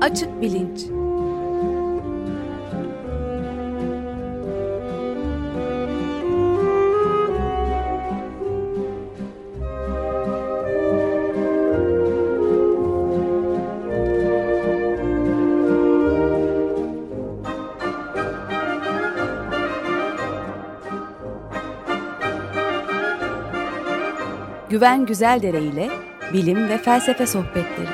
Açık bilinç. Güven Güzeldere ile bilim ve felsefe sohbetleri.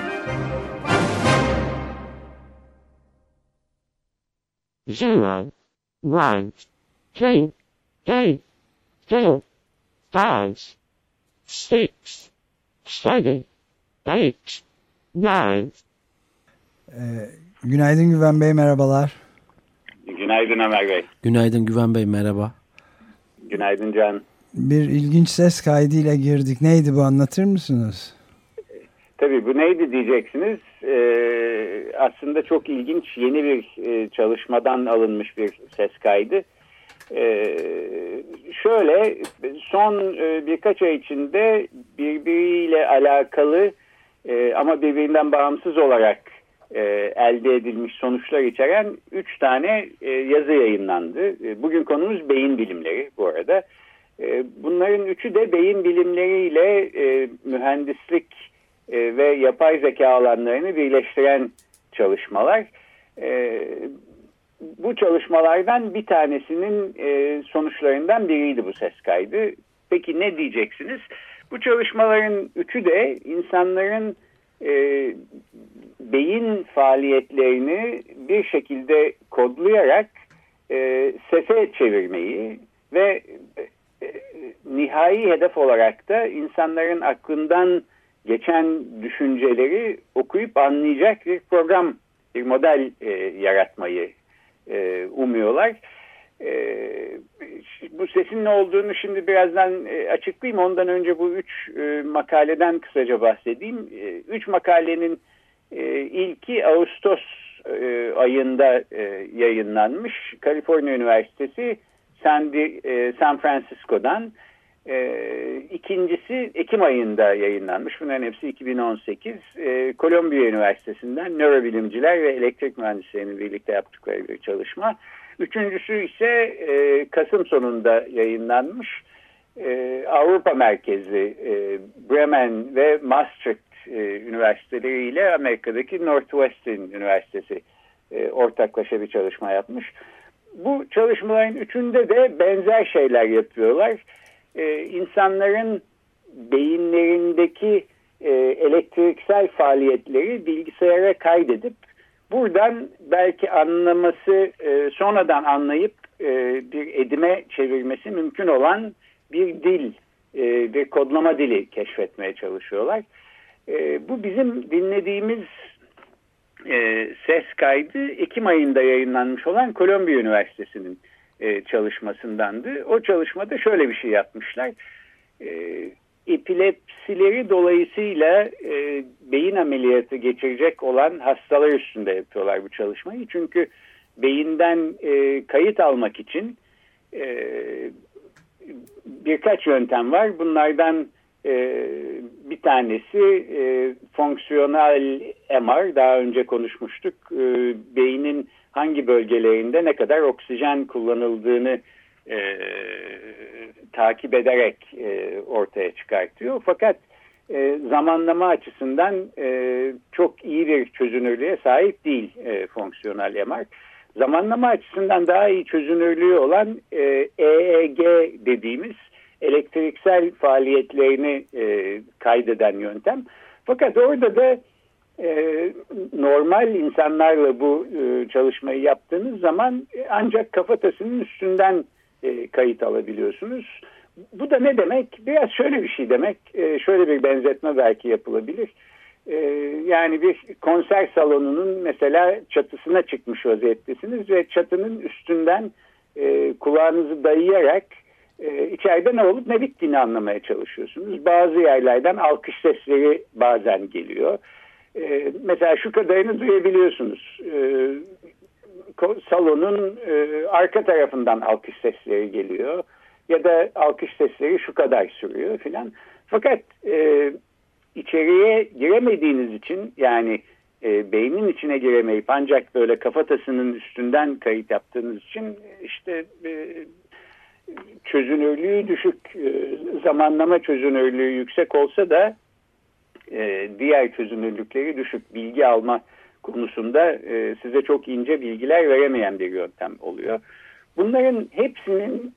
Zero, one, two, three, four, five, six, seven, eight, nine. Günaydın Güven Bey, merhabalar. Günaydın Ömer Bey. Günaydın Güven Bey, merhaba. Günaydın Can. Bir ilginç ses kaydıyla girdik. Neydi bu, anlatır mısınız? Tabii bu neydi diyeceksiniz. Aslında çok ilginç, yeni bir çalışmadan alınmış bir ses kaydı. Şöyle, son birkaç ay içinde birbiriyle alakalı ama birbirinden bağımsız olarak elde edilmiş sonuçlar içeren 3 tane yazı yayınlandı. Bugün konumuz beyin bilimleri bu arada. Bunların üçü de beyin bilimleriyle mühendislik ve yapay zeka alanlarını birleştiren çalışmalar. Bu çalışmalardan bir tanesinin sonuçlarından biriydi bu ses kaydı. Peki ne diyeceksiniz? Bu çalışmaların üçü de insanların beyin faaliyetlerini bir şekilde kodlayarak sese çevirmeyi ve nihai hedef olarak da insanların aklından geçen düşünceleri okuyup anlayacak bir program, bir model yaratmayı umuyorlar. Bu sesin ne olduğunu şimdi birazdan açıklayayım. Ondan önce bu 3 makaleden kısaca bahsedeyim. 3 makalenin ilki Ağustos ayında yayınlanmış. Kaliforniya Üniversitesi San Francisco'dan. İkincisi Ekim ayında yayınlanmış. Bunların hepsi 2018. Columbia Üniversitesi'nden nörobilimciler ve elektrik mühendislerinin birlikte yaptıkları bir çalışma. Üçüncüsü ise Kasım sonunda yayınlanmış. Avrupa merkezli Bremen ve Maastricht üniversiteleri ile Amerika'daki Northwestern Üniversitesi ortaklaşa bir çalışma yapmış. Bu çalışmaların üçünde de benzer şeyler yapıyorlar. İnsanların beyinlerindeki elektriksel faaliyetleri bilgisayara kaydedip buradan belki anlaması, sonradan anlayıp bir edime çevirmesi mümkün olan bir dil, bir kodlama dili keşfetmeye çalışıyorlar. Bu bizim dinlediğimiz ses kaydı Ekim ayında yayınlanmış olan Columbia Üniversitesi'nin çalışmasındandı. O çalışmada şöyle bir şey yapmışlar. Epilepsileri dolayısıyla beyin ameliyatı geçirecek olan hastalar üstünde yapıyorlar bu çalışmayı. Çünkü beyinden kayıt almak için birkaç yöntem var. Bunlardan bir tanesi fonksiyonel MR, daha önce konuşmuştuk. Beynin hangi bölgelerinde ne kadar oksijen kullanıldığını takip ederek ortaya çıkartıyor. Fakat zamanlama açısından çok iyi bir çözünürlüğe sahip değil fonksiyonel MR. Zamanlama açısından daha iyi çözünürlüğü olan EEG dediğimiz elektriksel faaliyetlerini kaydeden yöntem. Fakat orada da normal insanlarla bu çalışmayı yaptığınız zaman ancak kafatasının üstünden kayıt alabiliyorsunuz. Bu da ne demek? Biraz şöyle bir şey demek. Şöyle bir benzetme belki yapılabilir. Yani bir konser salonunun mesela çatısına çıkmış vaziyettesiniz ve çatının üstünden kulağınızı dayayarak içeride ne olup ne bittiğini anlamaya çalışıyorsunuz. Bazı yerlerden alkış sesleri bazen geliyor. Mesela şu kadarını duyabiliyorsunuz. Salonun arka tarafından alkış sesleri geliyor. Ya da alkış sesleri şu kadar sürüyor filan. Fakat içeriye giremediğiniz için, yani beynin içine giremeyip ancak böyle kafatasının üstünden kayıt yaptığınız için işte çözünürlüğü düşük, zamanlama çözünürlüğü yüksek olsa da diğer çözünürlükleri düşük, bilgi alma konusunda size çok ince bilgiler veremeyen bir yöntem oluyor. Bunların hepsinin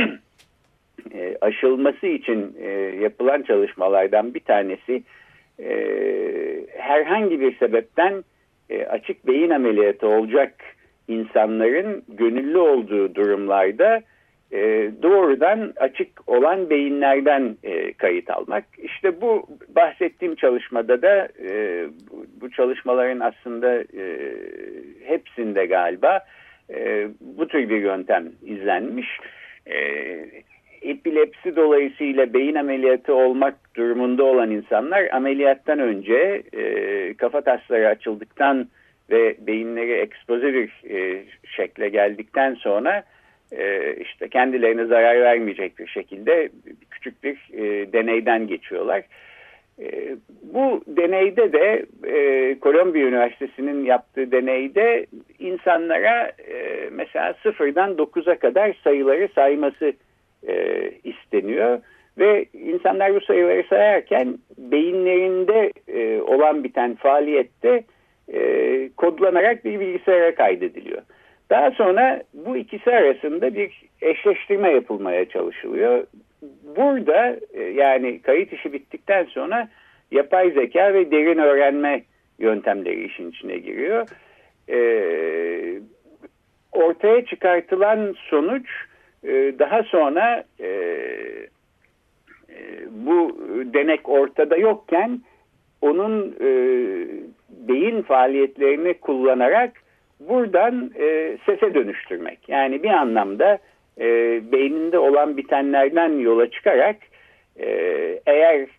aşılması için yapılan çalışmalardan bir tanesi herhangi bir sebepten açık beyin ameliyatı olacak insanların gönüllü olduğu durumlarda doğrudan açık olan beyinlerden kayıt almak. İşte bu bahsettiğim çalışmada da bu çalışmaların aslında hepsinde galiba bu tür bir yöntem izlenmiş. Epilepsi dolayısıyla beyin ameliyatı olmak durumunda olan insanlar ameliyattan önce kafa tasları açıldıktan ve beyinleri ekspoze bir şekle geldikten sonra işte kendilerine zarar vermeyecek bir şekilde küçük bir deneyden geçiyorlar. Bu deneyde de Columbia Üniversitesi'nin yaptığı deneyde insanlara mesela 0'dan 9'a kadar sayıları sayması isteniyor ve insanlar bu sayıları sayarken beyinlerinde olan biten faaliyette kodlanarak bir bilgisayara kaydediliyor. Daha sonra bu ikisi arasında bir eşleştirme yapılmaya çalışılıyor. Burada yani kayıt işi bittikten sonra yapay zeka ve derin öğrenme yöntemleri işin içine giriyor. Ortaya çıkartılan sonuç daha sonra bu denek ortada yokken onun beyin faaliyetlerini kullanarak buradan sese dönüştürmek. Yani bir anlamda beyninde olan bitenlerden yola çıkarak eğer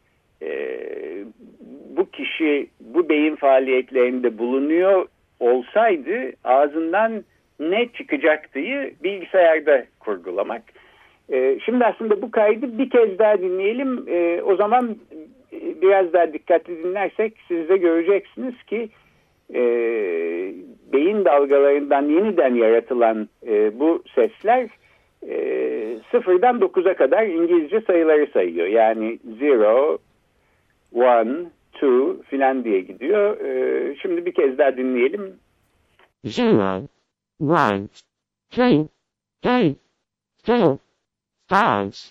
bu kişi bu beyin faaliyetlerinde bulunuyor olsaydı ağzından ne çıkacaktıyı bilgisayarda kurgulamak. Şimdi aslında bu kaydı bir kez daha dinleyelim. O zaman biraz daha dikkatli dinlersek siz de göreceksiniz ki beyin dalgalarından yeniden yaratılan bu sesler 0'dan 9'a kadar İngilizce sayıları sayıyor. Yani 0, 1, 2 filan diye gidiyor. Şimdi bir kez daha dinleyelim. 0, 1, 2, 3, 4, 5,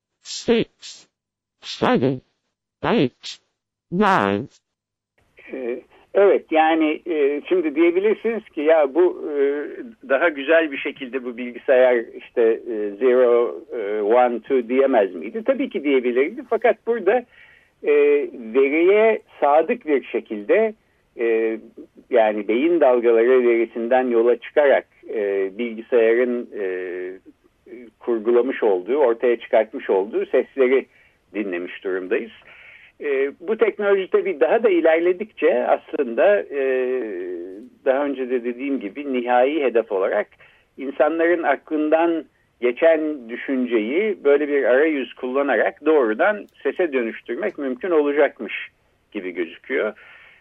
6, 7, 8, 9. Evet yani şimdi diyebilirsiniz ki ya bu daha güzel bir şekilde bu bilgisayar işte 0, 1, 2 diyemez miydi? Tabii ki diyebilirdi fakat burada veriye sadık bir şekilde yani beyin dalgaları verisinden yola çıkarak bilgisayarın kurgulamış olduğu, ortaya çıkartmış olduğu sesleri dinlemiş durumdayız. Bu teknoloji tabii daha da ilerledikçe aslında daha önce de dediğim gibi nihai hedef olarak insanların aklından geçen düşünceyi böyle bir arayüz kullanarak doğrudan sese dönüştürmek mümkün olacakmış gibi gözüküyor.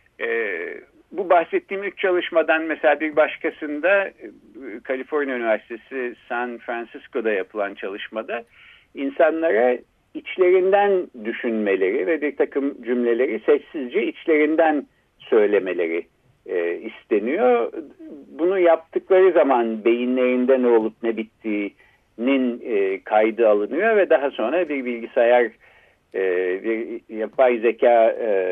Bu bahsettiğim ilk çalışmadan mesela bir başkasında Kaliforniya Üniversitesi San Francisco'da yapılan çalışmada insanlara içlerinden düşünmeleri ve bir takım cümleleri sessizce içlerinden söylemeleri isteniyor. Bunu yaptıkları zaman beyinlerinde ne olup ne bittiğinin kaydı alınıyor ve daha sonra bir bilgisayar bir yapay zeka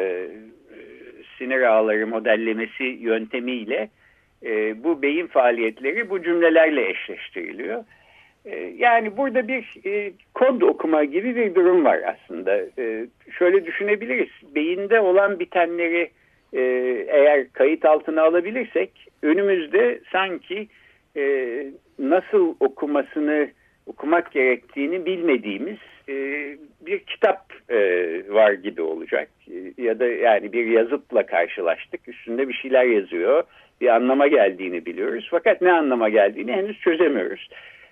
sinir ağları modellemesi yöntemiyle bu beyin faaliyetleri bu cümlelerle eşleştiriliyor. Yani burada bir kod okuma gibi bir durum var aslında. Şöyle düşünebiliriz. Beyinde olan bitenleri eğer kayıt altına alabilirsek önümüzde sanki nasıl okumak gerektiğini bilmediğimiz bir kitap var gibi olacak. Ya da yani bir yazıtla karşılaştık. Üstünde bir şeyler yazıyor. Bir anlama geldiğini biliyoruz. Fakat ne anlama geldiğini henüz çözemiyoruz.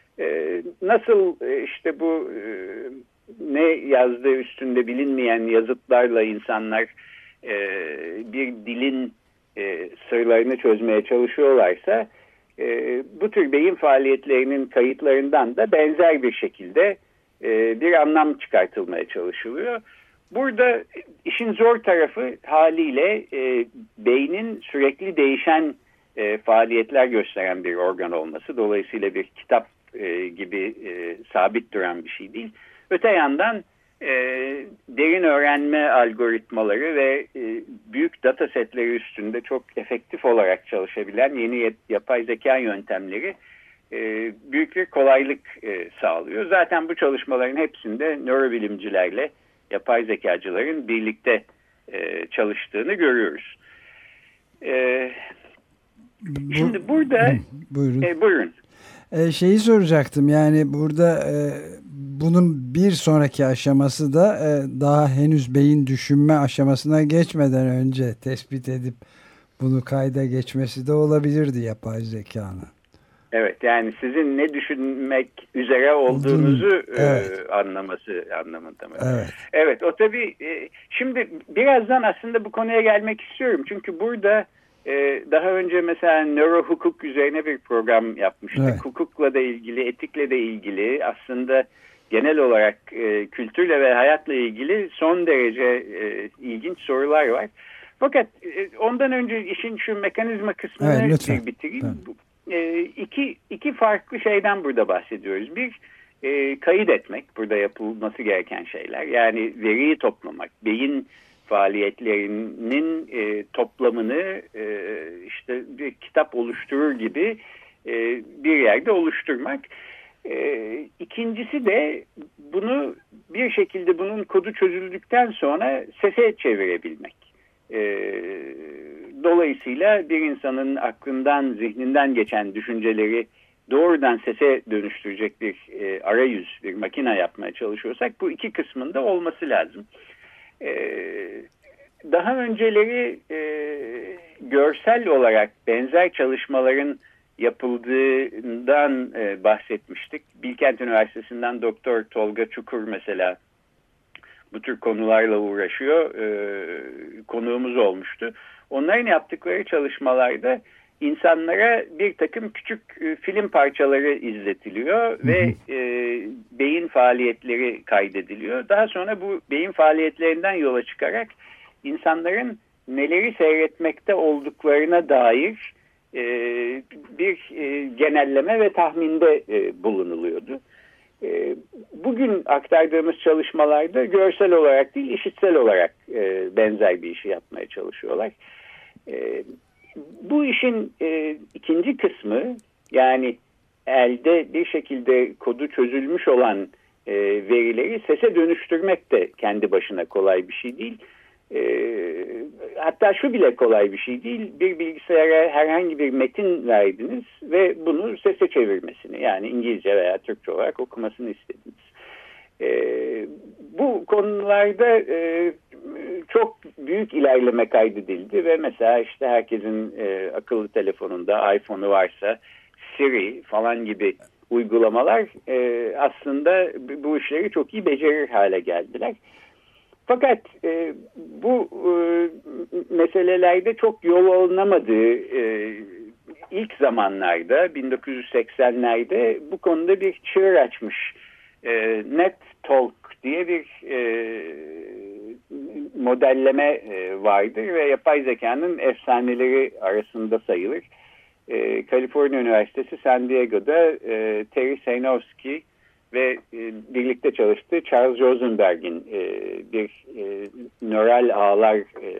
Nasıl işte bu ne yazdığı üstünde bilinmeyen yazıtlarla insanlar bir dilin sırlarını çözmeye çalışıyorlarsa bu tür beyin faaliyetlerinin kayıtlarından da benzer bir şekilde bir anlam çıkartılmaya çalışılıyor. Burada işin zor tarafı haliyle beynin sürekli değişen faaliyetler gösteren bir organ olması. Dolayısıyla bir kitap gibi sabit duran bir şey değil. Öte yandan derin öğrenme algoritmaları ve büyük data setleri üstünde çok efektif olarak çalışabilen yeni yapay zeka yöntemleri büyük bir kolaylık sağlıyor. Zaten bu çalışmaların hepsinde nörobilimcilerle yapay zekacıların birlikte çalıştığını görüyoruz. Şimdi burada buyurun. Şeyi soracaktım, yani burada bunun bir sonraki aşaması da daha henüz beyin düşünme aşamasına geçmeden önce tespit edip bunu kayda geçmesi de olabilirdi yapay zekanın. Evet, yani sizin ne düşünmek üzere olduğunuzu anlaması anlamında mı? Evet, o tabii. Şimdi birazdan aslında bu konuya gelmek istiyorum. Çünkü burada daha önce mesela nöro hukuk üzerine bir program yapmıştık. Evet. Hukukla da ilgili, etikle de ilgili, aslında genel olarak kültürle ve hayatla ilgili son derece ilginç sorular var. Fakat ondan önce işin şu mekanizma kısmını bitireyim. Evet. İki farklı şeyden burada bahsediyoruz. Bir, kayıt etmek, burada yapılması gereken şeyler. Yani veriyi toplamak, beyin faaliyetlerinin toplamını işte bir kitap oluşturur gibi bir yerde oluşturmak. İkincisi de bunu bir şekilde, bunun kodu çözüldükten sonra sese çevirebilmek. Dolayısıyla bir insanın aklından, zihninden geçen düşünceleri doğrudan sese dönüştürecek bir arayüz, bir makine yapmaya çalışıyorsak bu iki kısmında olması lazım. Daha önceleri görsel olarak benzer çalışmaların yapıldığından bahsetmiştik. Bilkent Üniversitesi'nden Doktor Tolga Çukur mesela bu tür konularla uğraşıyor. Konuğumuz olmuştu. Onların yaptıkları çalışmalarda insanlara bir takım küçük film parçaları izletiliyor ve beyin faaliyetleri kaydediliyor. Daha sonra bu beyin faaliyetlerinden yola çıkarak insanların neleri seyretmekte olduklarına dair bir genelleme ve tahminde bulunuluyordu. Bugün aktardığımız çalışmalarda görsel olarak değil, işitsel olarak benzer bir işi yapmaya çalışıyorlar. Bu işin ikinci kısmı, yani elde bir şekilde kodu çözülmüş olan verileri sese dönüştürmek de kendi başına kolay bir şey değil. Hatta şu bile kolay bir şey değil. Bir bilgisayara herhangi bir metin verdiniz ve bunu sese çevirmesini, yani İngilizce veya Türkçe olarak okumasını istediniz. Bu konularda çok büyük ilerleme kaydedildi ve mesela işte herkesin akıllı telefonunda, iPhone'u varsa Siri falan gibi uygulamalar aslında bu işleri çok iyi becerir hale geldiler. Fakat bu meselelerde çok yol alınamadığı ilk zamanlarda, 1980'lerde bu konuda bir çığır açmış NetTalk diye bir modelleme vardır ve yapay zekanın efsaneleri arasında sayılır. Kaliforniya Üniversitesi San Diego'da Terry Sejnowski ve birlikte çalıştığı Charles Rosenberg'in bir nöral ağlar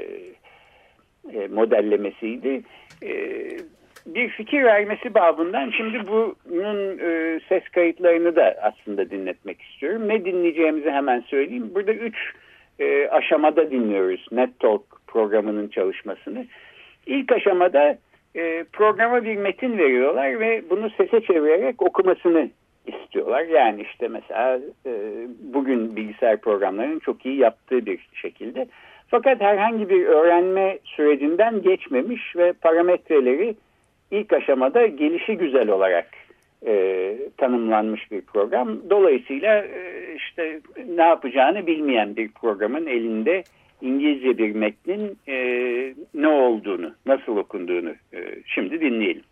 modellemesiydi. Bir fikir vermesi babından şimdi bunun ses kayıtlarını da aslında dinletmek istiyorum. Ne dinleyeceğimizi hemen söyleyeyim. Burada 3 aşamada dinliyoruz NetTalk programının çalışmasını. İlk aşamada programa bir metin veriyorlar ve bunu sese çevirerek okumasını istiyorlar. Yani işte mesela bugün bilgisayar programlarının çok iyi yaptığı bir şekilde. Fakat herhangi bir öğrenme sürecinden geçmemiş ve parametreleri ilk aşamada gelişi güzel olarak tanımlanmış bir program. Dolayısıyla işte ne yapacağını bilmeyen bir programın elinde İngilizce bir metnin ne olduğunu, nasıl okunduğunu şimdi dinleyelim.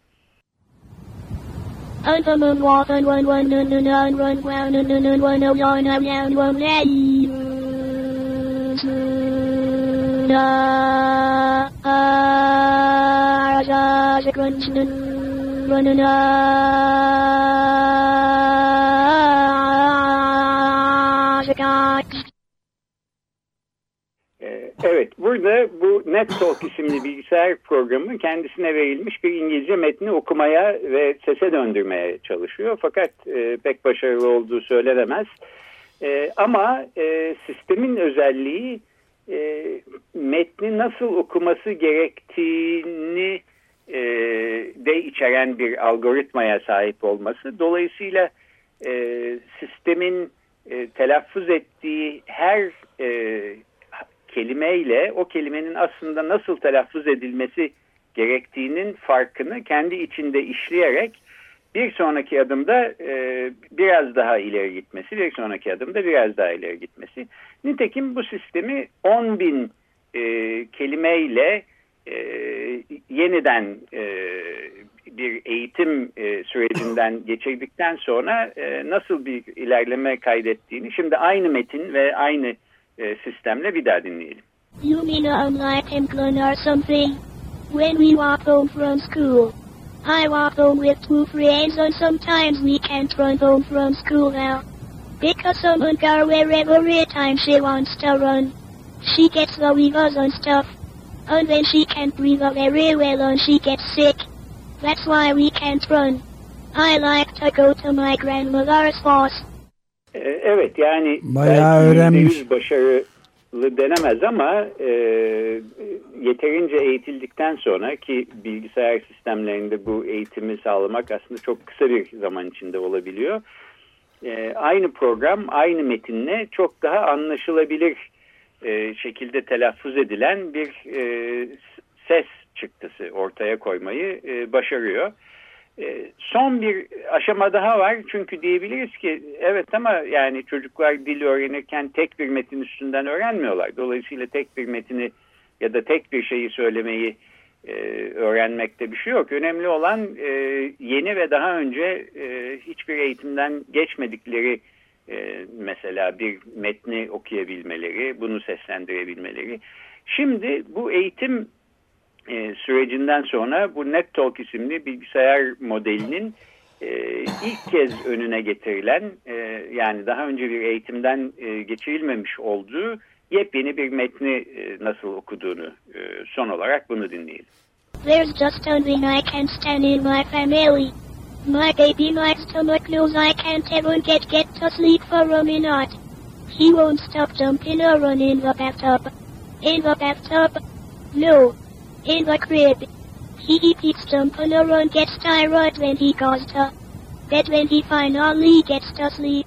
Evet, burada bu NetTalk isimli bilgisayar programı kendisine verilmiş bir İngilizce metni okumaya ve sese döndürmeye çalışıyor. Fakat pek başarılı olduğu söylenemez. Ama sistemin özelliği metni nasıl okuması gerektiğini de içeren bir algoritmaya sahip olması. Dolayısıyla sistemin telaffuz ettiği her kelimeyle o kelimenin aslında nasıl telaffuz edilmesi gerektiğinin farkını kendi içinde işleyerek bir sonraki adımda biraz daha ileri gitmesi, bir sonraki adımda biraz daha ileri gitmesi. Nitekim bu sistemi 10.000 kelimeyle yeniden bir eğitim sürecinden geçirdikten sonra nasıl bir ilerleme kaydettiğini şimdi aynı metin ve aynı sistemle bir daha dinleyelim. You mean unlike England or something? When we walk home from school, I walk home with 2 friends and sometimes we can't run home from school now. Because someone got wherever every time she wants to run. She gets the weevils and stuff. And then she can't breathe very well and she gets sick. That's why we can't run. I like to go to my grandmother's house. Evet, yani bayağı öğrenmiş. Başarılı denemez ama yeterince eğitildikten sonra, ki bilgisayar sistemlerinde bu eğitimi sağlamak aslında çok kısa bir zaman içinde olabiliyor. Aynı program aynı metinle çok daha anlaşılabilir şekilde telaffuz edilen bir ses çıktısı ortaya koymayı başarıyor. Son bir aşama daha var, çünkü diyebiliriz ki evet ama yani çocuklar dil öğrenirken tek bir metin üstünden öğrenmiyorlar. Dolayısıyla tek bir metini ya da tek bir şeyi söylemeyi öğrenmekte bir şey yok. Önemli olan yeni ve daha önce hiçbir eğitimden geçmedikleri mesela bir metni okuyabilmeleri, bunu seslendirebilmeleri. Şimdi bu eğitim sürecinden sonra bu NetTalk isimli bilgisayar modelinin ilk kez önüne getirilen yani daha önce bir eğitimden geçirilmemiş olduğu yepyeni bir metni nasıl okuduğunu son olarak bunu dinleyelim. There's just one thing I can't stand in my family. My baby likes to make noise I can't even get to sleep for a minute. He won't stop jumping around in the bathtub. In the bathtub? No. In the crib. He keeps jumping around, gets tired when he goes to bed, when he finally gets to sleep.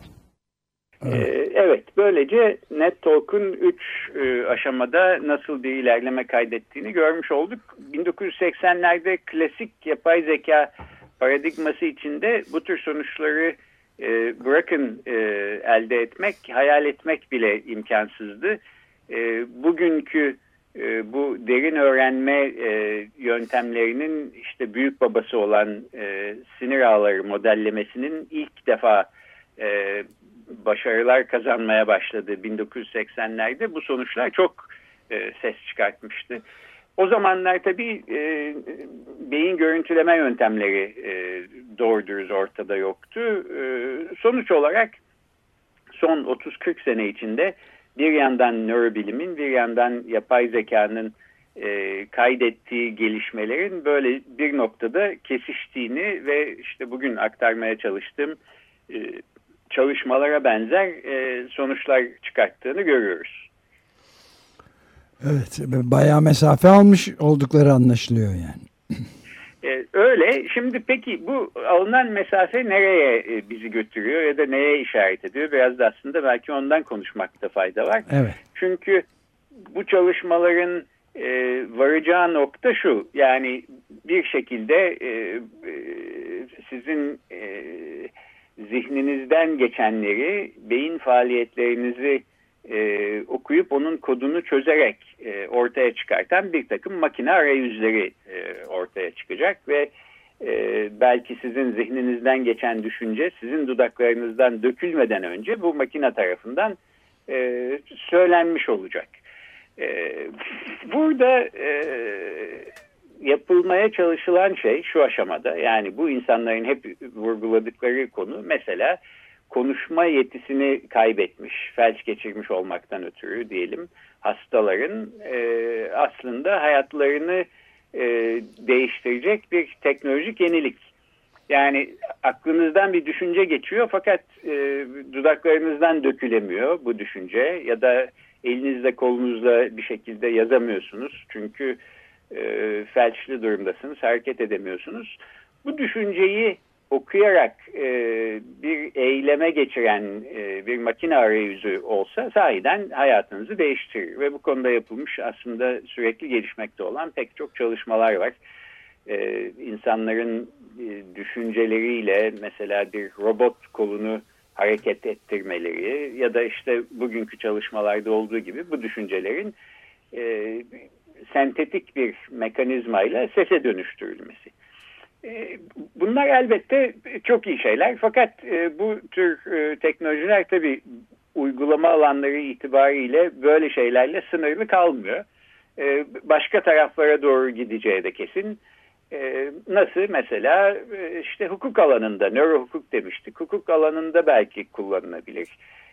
Evet, böylece NetTalk'un 3 aşamada nasıl bir ilerleme kaydettiğini görmüş olduk. 1980'lerde klasik yapay zeka paradigması içinde bu tür sonuçları bırakın elde etmek, hayal etmek bile imkansızdı. Bugünkü bu derin öğrenme yöntemlerinin işte büyük babası olan sinir ağları modellemesinin ilk defa başarılar kazanmaya başladı 1980'lerde. Bu sonuçlar çok ses çıkartmıştı. O zamanlar tabii beyin görüntüleme yöntemleri doğru dürüst ortada yoktu. Sonuç olarak son 30-40 sene içinde bir yandan nörobilimin, bir yandan yapay zekanın kaydettiği gelişmelerin böyle bir noktada kesiştiğini ve işte bugün aktarmaya çalıştığım çalışmalara benzer sonuçlar çıkarttığını görüyoruz. Evet, bayağı mesafe almış oldukları anlaşılıyor yani. Öyle. Şimdi peki bu alınan mesafe nereye bizi götürüyor ya da neye işaret ediyor? Biraz da aslında belki ondan konuşmakta fayda var. Evet. Çünkü bu çalışmaların varacağı nokta şu. Yani bir şekilde sizin zihninizden geçenleri beyin faaliyetlerinizi okuyup onun kodunu çözerek ortaya çıkartan bir takım makine arayüzleri ortaya çıkacak ve belki sizin zihninizden geçen düşünce sizin dudaklarınızdan dökülmeden önce bu makine tarafından söylenmiş olacak. Burada yapılmaya çalışılan şey şu aşamada, yani bu insanların hep vurguladıkları konu mesela konuşma yetisini kaybetmiş, felç geçirmiş olmaktan ötürü diyelim hastaların aslında hayatlarını değiştirecek bir teknolojik yenilik. Yani aklınızdan bir düşünce geçiyor fakat dudaklarınızdan dökülemiyor bu düşünce ya da elinizle kolunuzla bir şekilde yazamıyorsunuz çünkü felçli durumdasınız, hareket edemiyorsunuz. Bu düşünceyi okuyarak bir eyleme geçiren bir makine arayüzü olsa sahiden hayatınızı değiştirir. Ve bu konuda yapılmış aslında sürekli gelişmekte olan pek çok çalışmalar var. İnsanların düşünceleriyle mesela bir robot kolunu hareket ettirmeleri ya da işte bugünkü çalışmalarda olduğu gibi bu düşüncelerin sentetik bir mekanizmayla sese dönüştürülmesi. Bunlar elbette çok iyi şeyler fakat bu tür teknolojiler tabii uygulama alanları itibariyle böyle şeylerle sınırlı kalmıyor. Başka taraflara doğru gideceği de kesin. Nasıl mesela işte hukuk alanında, nöro hukuk demiştik. Hukuk alanında belki kullanılabilir.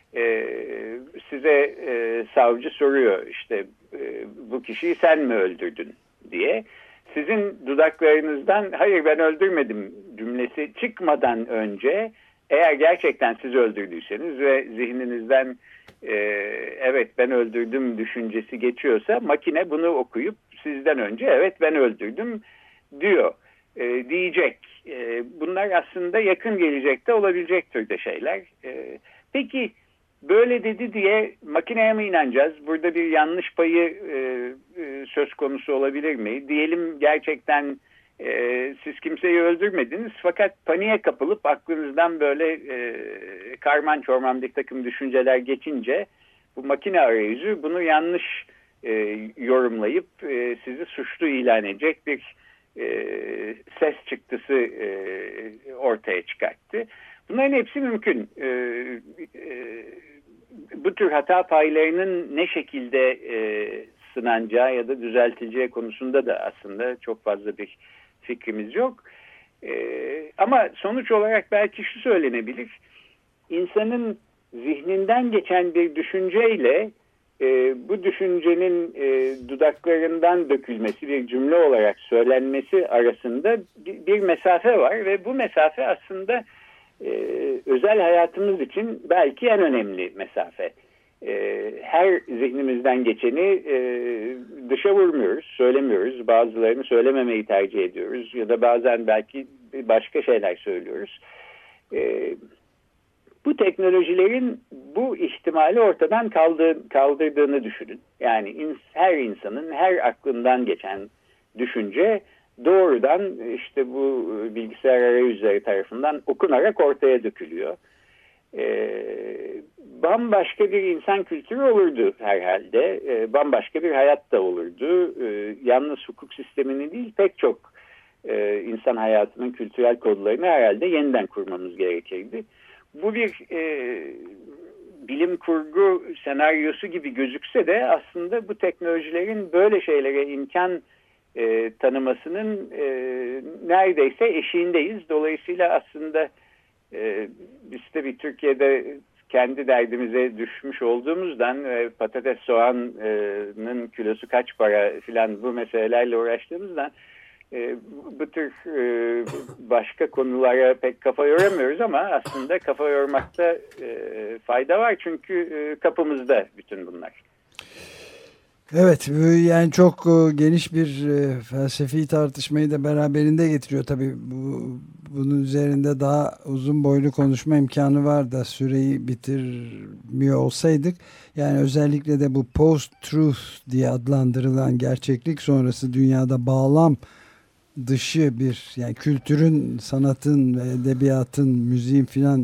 Size savcı soruyor işte bu kişiyi sen mi öldürdün diye. Sizin dudaklarınızdan hayır ben öldürmedim cümlesi çıkmadan önce eğer gerçekten siz öldürdüyseniz ve zihninizden evet ben öldürdüm düşüncesi geçiyorsa makine bunu okuyup sizden önce evet ben öldürdüm diyor, diyecek. Bunlar aslında yakın gelecekte olabilecek türde şeyler. Peki böyle dedi diye makineye mi inanacağız? Burada bir yanlış payı söz konusu olabilir mi? Diyelim gerçekten siz kimseyi öldürmediniz fakat paniğe kapılıp aklınızdan böyle karman çorman bir takım düşünceler geçince bu makine arayüzü bunu yanlış yorumlayıp sizi suçlu ilan edecek bir ses çıktısı ortaya çıkarttı. Bunların hepsi mümkün. Bu tür hata paylarının ne şekilde sınanacağı ya da düzeltileceği konusunda da aslında çok fazla bir fikrimiz yok. Ama sonuç olarak belki şu söylenebilir. İnsanın zihninden geçen bir düşünceyle bu düşüncenin dudaklarından dökülmesi, bir cümle olarak söylenmesi arasında bir mesafe var ve bu mesafe aslında özel hayatımız için belki en önemli mesafe. Her zihnimizden geçeni dışa vurmuyoruz, söylemiyoruz. Bazılarını söylememeyi tercih ediyoruz ya da bazen belki başka şeyler söylüyoruz. Bu teknolojilerin bu ihtimali ortadan kaldırdığını düşünün. Yani her insanın her aklından geçen düşünce doğrudan işte bu bilgisayar arayüzleri tarafından okunarak ortaya dökülüyor. Bambaşka bir insan kültürü olurdu herhalde. Bambaşka bir hayat da olurdu. Yalnız hukuk sistemini değil pek çok insan hayatının kültürel kodlarını herhalde yeniden kurmamız gerekirdi. Bu bir bilim kurgu senaryosu gibi gözükse de aslında bu teknolojilerin böyle şeylere imkan tanımasının neredeyse eşiğindeyiz. Dolayısıyla aslında biz de bir Türkiye'de kendi derdimize düşmüş olduğumuzdan patates soğanın kilosu kaç para filan bu meselelerle uğraştığımızdan bu tür başka konulara pek kafa yoramıyoruz ama aslında kafa yormakta fayda var çünkü kapımızda bütün bunlar. Evet, yani çok geniş bir felsefi tartışmayı da beraberinde getiriyor. Tabii bunun üzerinde daha uzun boylu konuşma imkanı var da süreyi bitirmiyor olsaydık. Yani özellikle de bu post-truth diye adlandırılan gerçeklik sonrası dünyada bağlam dışı bir yani kültürün, sanatın, edebiyatın, müziğin filan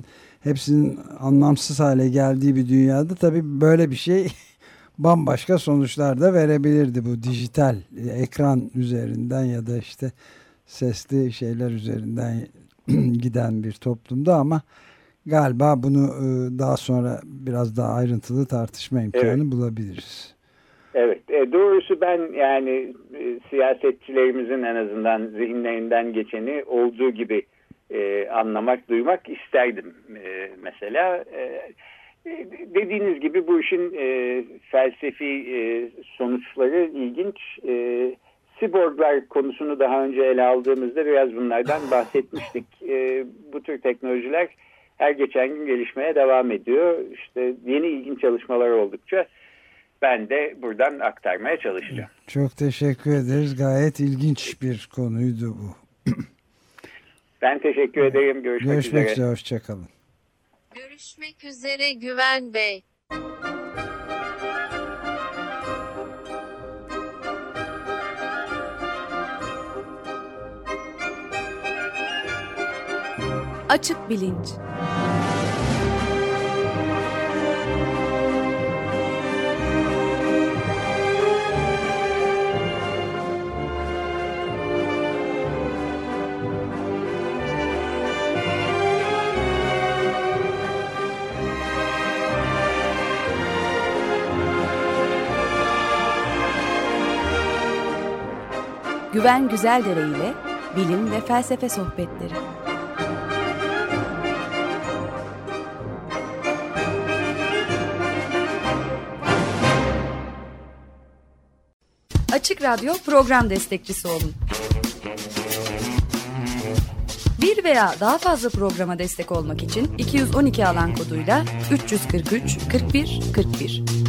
hepsinin anlamsız hale geldiği bir dünyada tabii böyle bir şey bambaşka sonuçlar da verebilirdi, bu dijital ekran üzerinden ya da işte sesli şeyler üzerinden giden bir toplumda, ama galiba bunu daha sonra biraz daha ayrıntılı tartışma imkanı bulabiliriz. Evet, doğrusu ben yani siyasetçilerimizin en azından zihinlerinden geçeni olduğu gibi anlamak, duymak isterdim. Mesela dediğiniz gibi bu işin felsefi sonuçları ilginç. Siborglar konusunu daha önce ele aldığımızda biraz bunlardan bahsetmiştik. Bu tür teknolojiler her geçen gün gelişmeye devam ediyor. İşte yeni ilginç çalışmalar oldukça ben de buradan aktarmaya çalışacağım. Çok teşekkür ederiz. Gayet ilginç bir konuydu bu. Ben teşekkür ederim. Görüşmek üzere. Hoşçakalın. Görüşmek üzere Güven Bey. Açık bilinç. Güven Güzeldere ile bilim ve felsefe sohbetleri. Açık Radyo program destekçisi olun. Bir veya daha fazla programa destek olmak için 212 alan koduyla 343 41 41